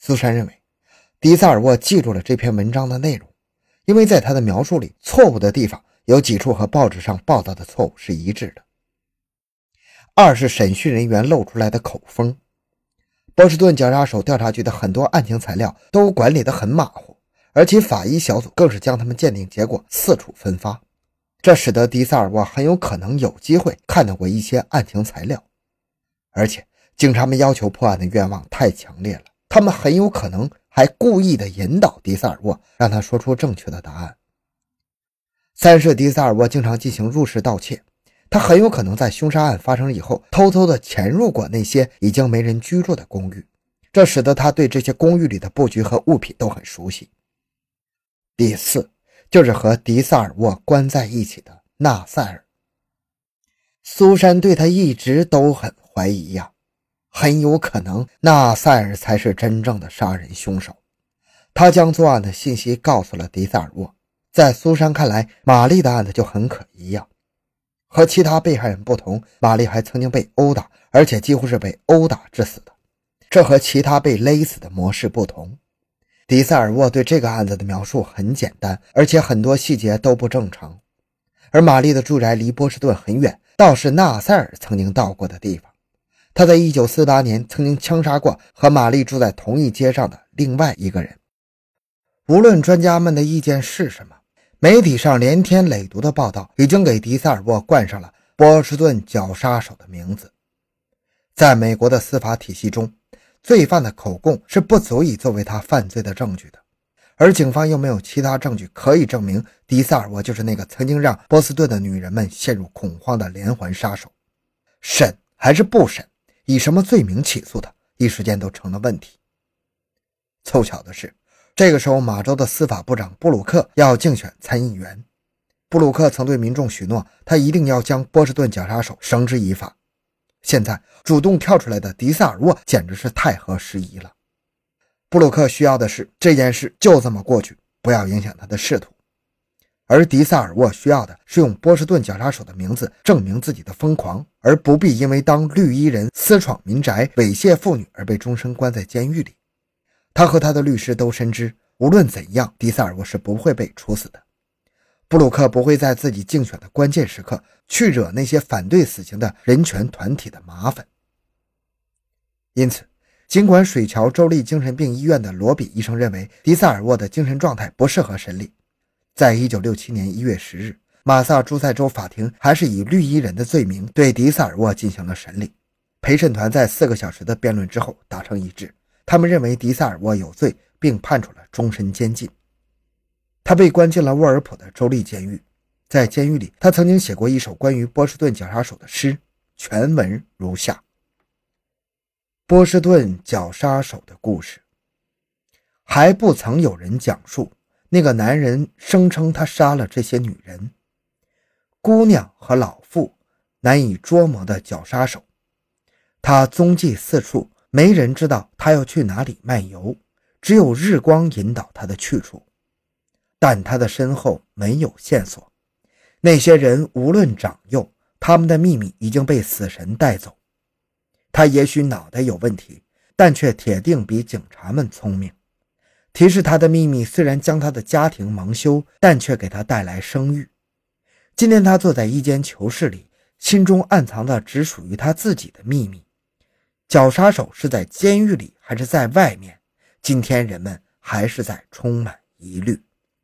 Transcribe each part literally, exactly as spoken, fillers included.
苏珊认为迪萨尔沃记住了这篇文章的内容，因为在他的描述里，错误的地方有几处和报纸上报道的错误是一致的。二是审讯人员露出来的口风。波士顿检察手调查局的很多案情材料都管理得很马虎，而且法医小组更是将他们鉴定结果四处分发，这使得迪萨尔沃很有可能有机会看到过一些案情材料。而且警察们要求破案的愿望太强烈了，他们很有可能还故意的引导迪萨尔沃，让他说出正确的答案。三是迪萨尔沃经常进行入室盗窃，他很有可能在凶杀案发生以后偷偷的潜入过那些已经没人居住的公寓，这使得他对这些公寓里的布局和物品都很熟悉。第四就是和迪萨尔沃关在一起的纳赛尔。苏珊对他一直都很怀疑呀、啊，很有可能纳赛尔才是真正的杀人凶手。他将作案的信息告诉了迪萨尔沃，在苏珊看来，玛丽的案子就很可疑呀、啊。和其他被害人不同，玛丽还曾经被殴打，而且几乎是被殴打致死的，这和其他被勒死的模式不同。迪萨尔沃对这个案子的描述很简单，而且很多细节都不正常。而玛丽的住宅离波士顿很远，倒是纳赛尔曾经到过的地方。他在一九四八年曾经枪杀过和玛丽住在同一街上的另外一个人。无论专家们的意见是什么，媒体上连天累牍的报道已经给迪萨尔沃冠上了波士顿绞杀手的名字。在美国的司法体系中，罪犯的口供是不足以作为他犯罪的证据的，而警方又没有其他证据可以证明迪萨尔沃就是那个曾经让波士顿的女人们陷入恐慌的连环杀手。审还是不审，以什么罪名起诉他，一时间都成了问题。凑巧的是，这个时候马州的司法部长布鲁克要竞选参议员。布鲁克曾对民众许诺，他一定要将波士顿绞杀手绳之以法。现在主动跳出来的迪萨尔沃简直是太合时宜了。布鲁克需要的是这件事就这么过去，不要影响他的仕途。而迪萨尔沃需要的是用波士顿绞杀手的名字证明自己的疯狂，而不必因为当绿衣人私闯民宅猥亵妇女而被终身关在监狱里。他和他的律师都深知，无论怎样，迪萨尔沃是不会被处死的。布鲁克不会在自己竞选的关键时刻去惹那些反对死刑的人权团体的麻烦。因此，尽管水桥州立精神病医院的罗比医生认为迪萨尔沃的精神状态不适合审理，在一九六七年一月十日，马萨诸塞州法庭还是以绿衣人的罪名对迪萨尔沃进行了审理。陪审团在四个小时的辩论之后达成一致，他们认为迪萨尔沃有罪，并判处了终身监禁。他被关进了沃尔普的州立监狱，在监狱里，他曾经写过一首关于波士顿绞杀手的诗，全文如下：波士顿绞杀手的故事。还不曾有人讲述那个男人声称他杀了这些女人，姑娘和老妇，难以捉摸的绞杀手。他踪迹四处，没人知道他要去哪里漫游，只有日光引导他的去处。但他的身后没有线索，那些人无论长幼，他们的秘密已经被死神带走。他也许脑袋有问题，但却铁定比警察们聪明。提示他的秘密虽然将他的家庭蒙羞，但却给他带来声誉。今天他坐在一间囚室里，心中暗藏的只属于他自己的秘密。绞杀手是在监狱里还是在外面，今天人们还是在充满疑虑。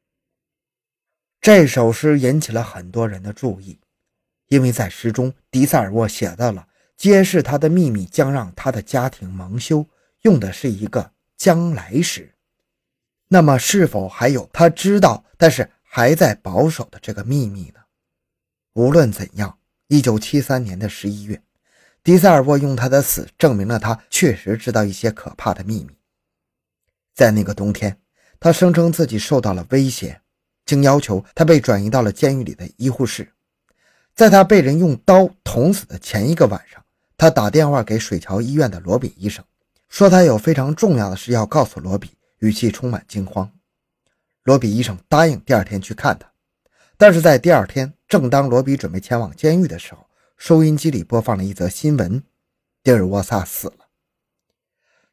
这首诗引起了很多人的注意，因为在诗中迪萨尔沃写到了揭示他的秘密将让他的家庭蒙羞，用的是一个将来时。那么是否还有他知道但是还在保守的这个秘密呢？无论怎样，一九七三年的十一月，迪萨尔沃用他的死证明了他确实知道一些可怕的秘密。在那个冬天，他声称自己受到了威胁，经要求他被转移到了监狱里的医护室。在他被人用刀捅死的前一个晚上，他打电话给水桥医院的罗比医生，说他有非常重要的事要告诉罗比，语气充满惊慌。罗比医生答应第二天去看他，但是在第二天，正当罗比准备前往监狱的时候，收音机里播放了一则新闻，蒂尔沃萨死了。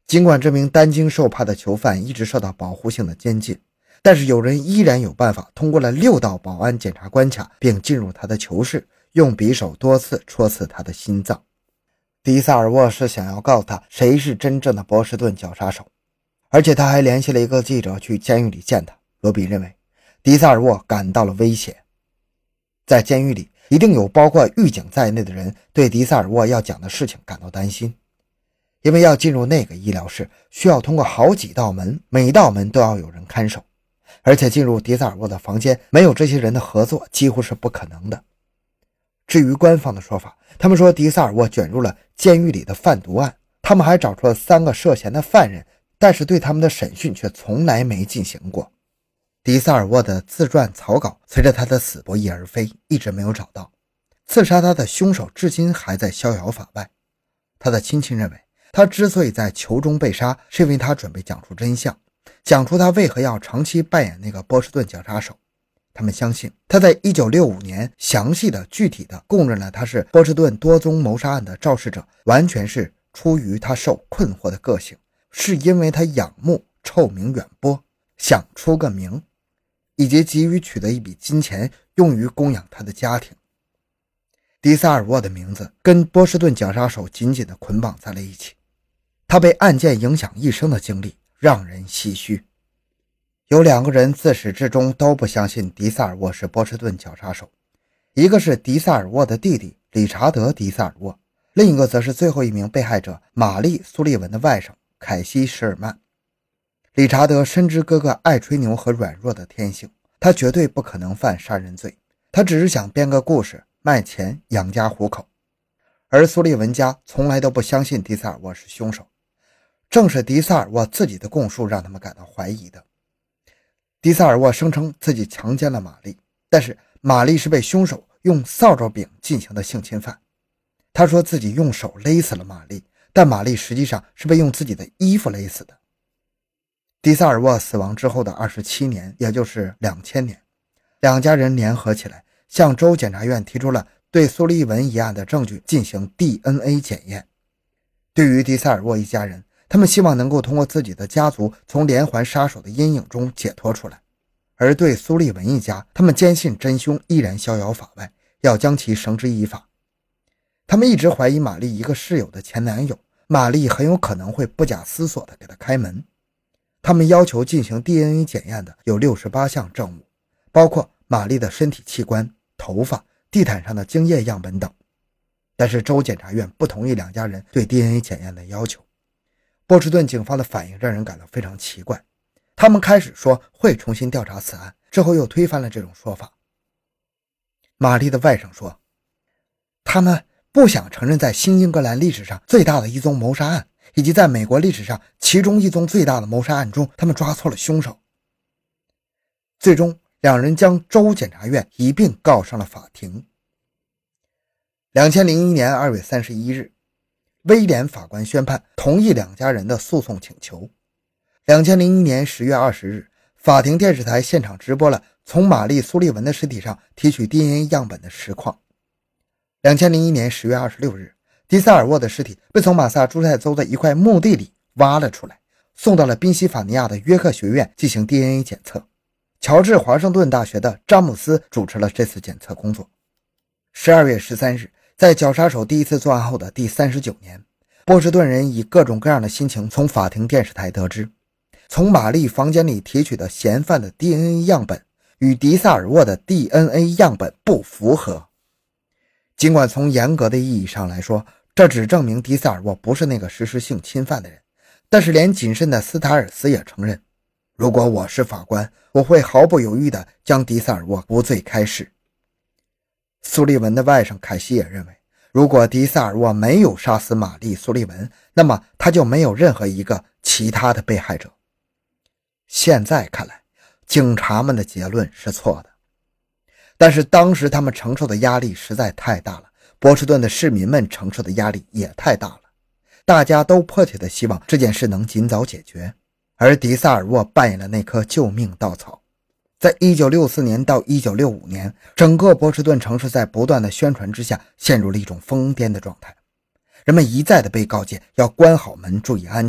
尽管这名担惊受怕的囚犯一直受到保护性的监禁，但是有人依然有办法通过了六道保安检查关卡，并进入他的囚室，用匕首多次戳刺他的心脏。迪萨尔沃是想要告诉他谁是真正的波士顿绞杀手，而且他还联系了一个记者去监狱里见他。罗比认为迪萨尔沃感到了威胁，在监狱里一定有包括狱警在内的人对迪萨尔沃要讲的事情感到担心，因为要进入那个医疗室需要通过好几道门，每道门都要有人看守，而且进入迪萨尔沃的房间没有这些人的合作几乎是不可能的。至于官方的说法，他们说迪萨尔沃卷入了监狱里的贩毒案，他们还找出了三个涉嫌的犯人，但是对他们的审讯却从来没进行过。迪萨尔沃的自传草稿随着他的死不翼而飞，一直没有找到。刺杀他的凶手至今还在逍遥法外。他的亲戚认为，他之所以在囚中被杀，是因为他准备讲出真相，讲出他为何要长期扮演那个波士顿绞杀手。他们相信他在一九六五年详细的具体的供认了他是波士顿多宗谋杀案的肇事者，完全是出于他受困惑的个性，是因为他仰慕臭名远播，想出个名，以及急于取得一笔金钱用于供养他的家庭。迪萨尔沃的名字跟波士顿绞杀手紧紧地捆绑在了一起，他被案件影响一生的经历让人唏嘘。有两个人自始至终都不相信迪萨尔沃是波士顿绞杀手，一个是迪萨尔沃的弟弟理查德·迪萨尔沃，另一个则是最后一名被害者玛丽·苏利文的外甥凯西·施尔曼。理查德深知哥哥爱吹牛和软弱的天性，他绝对不可能犯杀人罪，他只是想编个故事卖钱养家糊口。而苏利文家从来都不相信迪萨尔沃是凶手，正是迪萨尔沃自己的供述让他们感到怀疑的。迪萨尔沃声称自己强奸了玛丽，但是玛丽是被凶手用扫帚柄进行的性侵犯。他说自己用手勒死了玛丽，但玛丽实际上是被用自己的衣服勒死的。迪萨尔沃死亡之后的二十七年，也就是两千年，两家人联合起来向州检察院提出了对苏利文一案的证据进行 D N A 检验。对于迪萨尔沃一家人，他们希望能够通过自己的家族从连环杀手的阴影中解脱出来，而对苏利文一家，他们坚信真凶依然逍遥法外，要将其绳之以法。他们一直怀疑玛丽一个室友的前男友，玛丽很有可能会不假思索地给他开门。他们要求进行 D N A 检验的有六十八项证物，包括玛丽的身体器官、头发、地毯上的精液样本等。但是州检察院不同意两家人对 D N A 检验的要求。波士顿警方的反应让人感到非常奇怪，他们开始说会重新调查此案，之后又推翻了这种说法。玛丽的外甥说，他们不想承认在新英格兰历史上最大的一宗谋杀案，以及在美国历史上其中一宗最大的谋杀案中，他们抓错了凶手。最终两人将州检察院一并告上了法庭。二零零一年二月三十一日，威廉法官宣判同意两家人的诉讼请求。二零零一年十月二十日，法庭电视台现场直播了从玛丽·苏利文的尸体上提取 D N A 样本的实况。二零零一年十月二十六日，迪萨尔沃的尸体被从马萨诸塞州的一块墓地里挖了出来，送到了宾夕法尼亚的约克学院进行 D N A 检测。乔治华盛顿大学的詹姆斯主持了这次检测工作。十二月十三日，在绞杀手第一次作案后的第三十九年，波士顿人以各种各样的心情从法庭电视台得知，从玛丽房间里提取的嫌犯的 D N A 样本与迪萨尔沃的 D N A 样本不符合。尽管从严格的意义上来说，这只证明迪萨尔沃不是那个实施性侵犯的人，但是连谨慎的斯塔尔斯也承认，如果我是法官，我会毫不犹豫地将迪萨尔沃无罪开释。苏利文的外甥凯西也认为，如果迪萨尔沃没有杀死玛丽·苏利文，那么他就没有任何一个其他的被害者。现在看来，警察们的结论是错的，但是当时他们承受的压力实在太大了，波士顿的市民们承受的压力也太大了，大家都迫切地希望这件事能尽早解决，而迪萨尔沃扮演了那棵救命稻草。在一九六四年到一九六五年，整个波士顿城市在不断的宣传之下陷入了一种疯癫的状态。人们一再的被告诫要关好门，注意安全，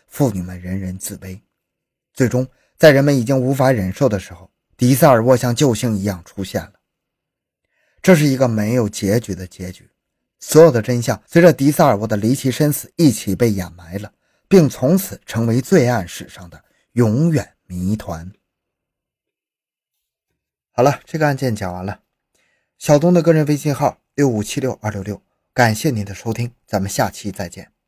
妇女们人人自危。最终在人们已经无法忍受的时候，迪萨尔沃像救星一样出现了。这是一个没有结局的结局，所有的真相随着迪萨尔沃的离奇身死一起被掩埋了，并从此成为罪案史上的永远谜团。好了，这个案件讲完了。小东的个人微信号六五七六二六六，感谢您的收听，咱们下期再见。